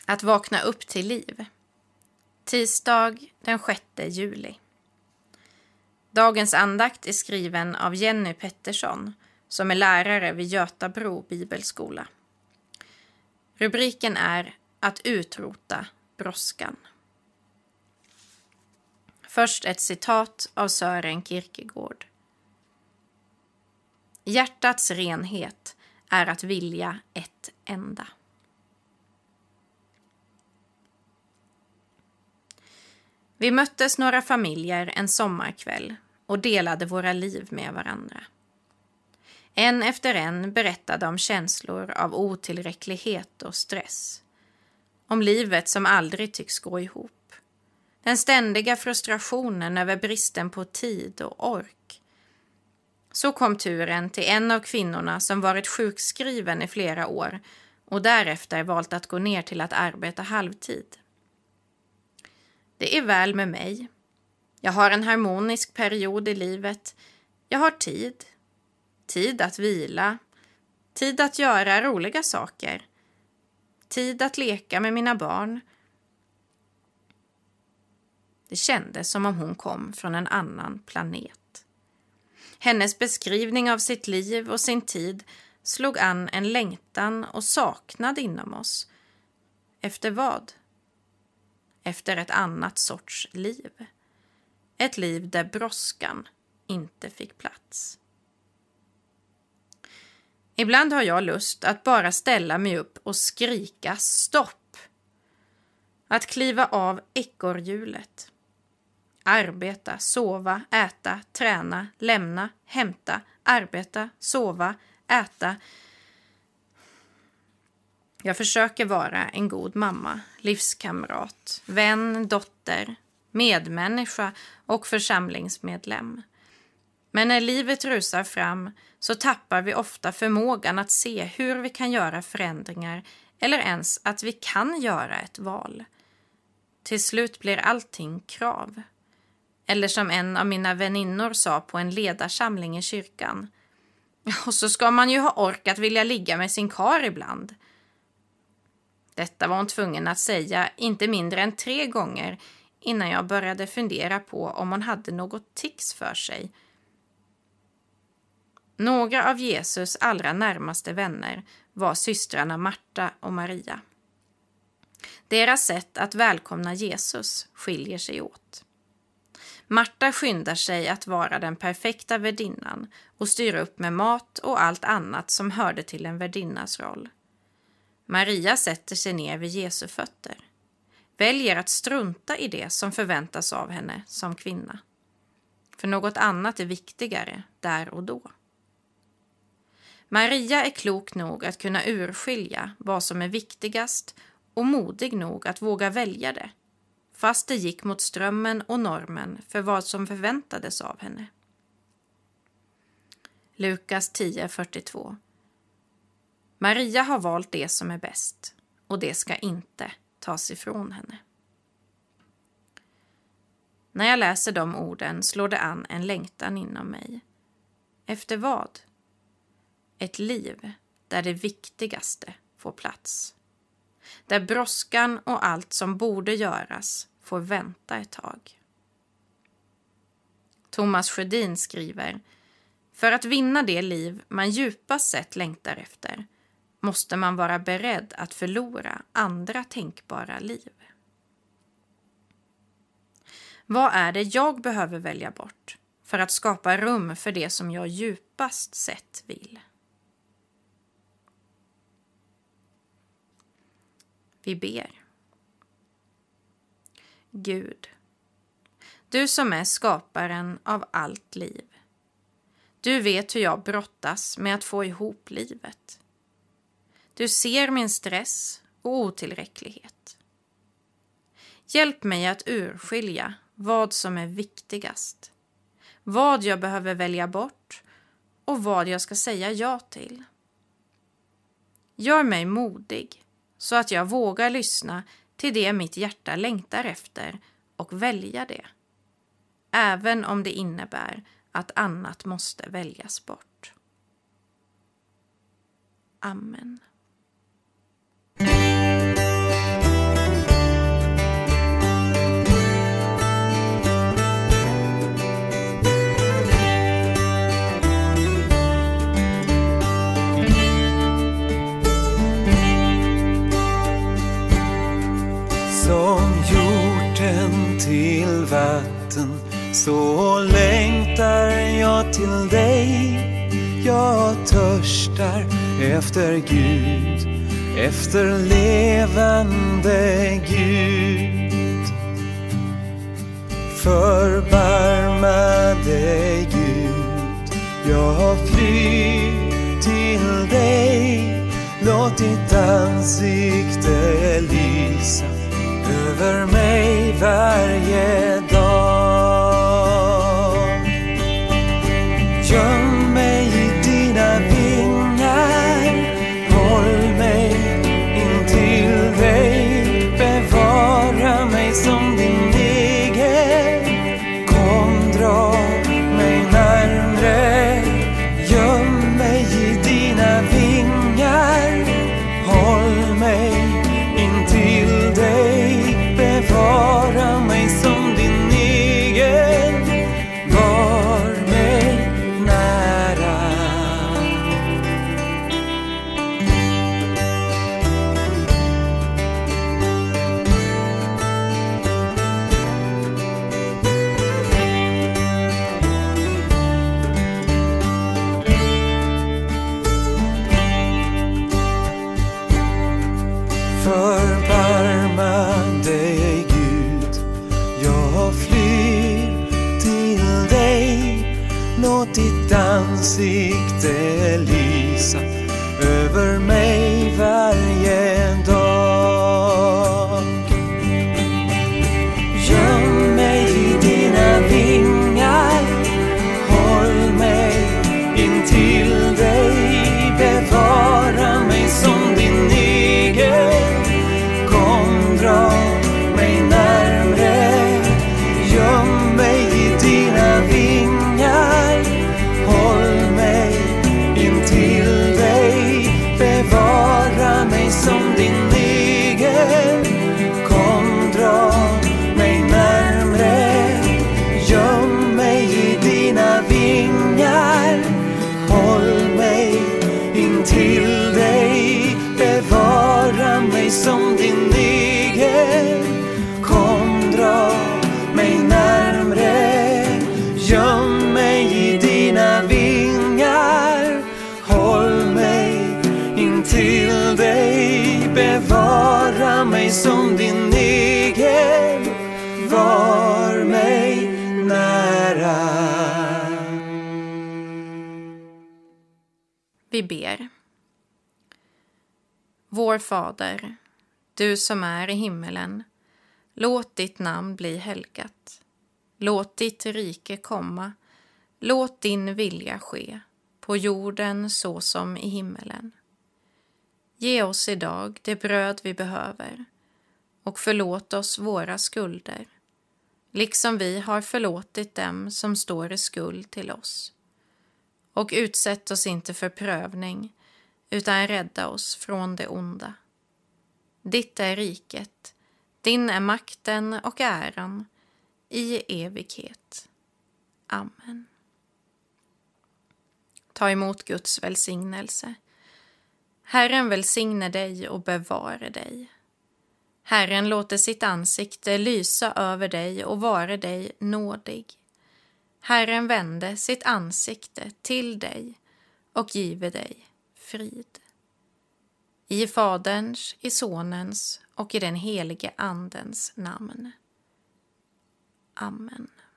Att vakna upp till liv. Tisdag den 6 juli. Dagens andakt är skriven av Jenny Pettersson som är lärare vid Götabro bibelskola. Rubriken är att utrota brådskan. Först ett citat av Søren Kierkegaard. Hjärtats renhet är att vilja ett enda. Vi möttes några familjer en sommarkväll och delade våra liv med varandra. En efter en berättade om känslor av otillräcklighet och stress. Om livet som aldrig tycks gå ihop. Den ständiga frustrationen över bristen på tid och ork. Så kom turen till en av kvinnorna som varit sjukskriven i flera år och därefter valt att gå ner till att arbeta halvtid. Det är väl med mig. Jag har en harmonisk period i livet. Jag har tid. Tid att vila. Tid att göra roliga saker. Tid att leka med mina barn. Det kändes som om hon kom från en annan planet. Hennes beskrivning av sitt liv och sin tid slog an en längtan och saknad inom oss. Efter vad? Efter ett annat sorts liv. Ett liv där brådskan inte fick plats. Ibland har jag lust att bara ställa mig upp och skrika stopp. Att kliva av ekorrhjulet. Arbeta, sova, äta, träna, lämna, hämta, arbeta, sova, äta. Jag försöker vara en god mamma, livskamrat, vän, dotter, medmänniska och församlingsmedlem. Men när livet rusar fram så tappar vi ofta förmågan att se hur vi kan göra förändringar eller ens att vi kan göra ett val. Till slut blir allting krav. Eller som en av mina väninnor sa på en ledarsamling i kyrkan. Och så ska man ju ha ork att vilja ligga med sin kar ibland. Detta var hon tvungen att säga inte mindre än 3 gånger innan jag började fundera på om hon hade något tics för sig. Några av Jesus allra närmaste vänner var systrarna Marta och Maria. Deras sätt att välkomna Jesus skiljer sig åt. Marta skyndar sig att vara den perfekta värdinnan och styra upp med mat och allt annat som hörde till en värdinnas roll. Maria sätter sig ner vid Jesu fötter. Väljer att strunta i det som förväntas av henne som kvinna. För något annat är viktigare där och då. Maria är klok nog att kunna urskilja vad som är viktigast och modig nog att våga välja det. Fast det gick mot strömmen och normen för vad som förväntades av henne. Lukas 10:42. Maria har valt det som är bäst och det ska inte tas ifrån henne. När jag läser de orden slår det an en längtan inom mig. Efter vad? Ett liv där det viktigaste får plats. Där brådskan och allt som borde göras får vänta ett tag. Thomas Sjödin skriver: för att vinna det liv man djupast sett längtar efter måste man vara beredd att förlora andra tänkbara liv. Vad är det jag behöver välja bort för att skapa rum för det som jag djupast sett vill? Vi ber. Gud, du som är skaparen av allt liv. Du vet hur jag brottas med att få ihop livet. Du ser min stress och otillräcklighet. Hjälp mig att urskilja vad som är viktigast. Vad jag behöver välja bort och vad jag ska säga ja till. Gör mig modig så att jag vågar lyssna till det mitt hjärta längtar efter och välja det. Även om det innebär att annat måste väljas bort. Amen. Som jorden till vatten, så längtar jag till dig. Jag törstar efter Gud, efter levande Gud. Förbarma dig Gud, jag flyr till dig. Låt ditt ansikte lysa över mig varje dag. Göm mig i dina vingar, håll mig intill dig. Bevara mig som din egen, kom dra mig närmre. Göm mig i dina vingar, håll mig intill dig. Bevara mig som din egen, var mig nära. Förbarma dig Gud, jag flyr till dig. Låt ditt ansikte lysa över mig varje dag. Göm mig i dina vingar, håll mig intill dig. Bevara mig som din egen, kom dra mig närmre. Göm mig i dina vingar, håll mig intill dig. Bevara mig som din egen, kom dra mig närmre. Göm mig i dina vingar, håll mig intill dig. Bevara mig som din egen, kom dra mig närmre. Göm mig i dina vingar, håll mig intill dig. Bevara mig som din egen, var mig nära. Vi ber. Vår Fader, du som är i himmelen, låt ditt namn bli helgat. Låt ditt rike komma. Låt din vilja ske, på jorden så som i himmelen. Ge oss idag det bröd vi behöver, och förlåt oss våra skulder, liksom vi har förlåtit dem som står i skuld till oss. Och utsätt oss inte för prövning, utan rädda oss från det onda. Ditt är riket, din är makten och äran, i evighet. Amen. Ta emot Guds välsignelse. Herren välsigne dig och bevare dig. Herren låter sitt ansikte lysa över dig och vare dig nådig. Herren vände sitt ansikte till dig och give dig frid. I Faderns, i Sonens och i den helige Andens namn. Amen.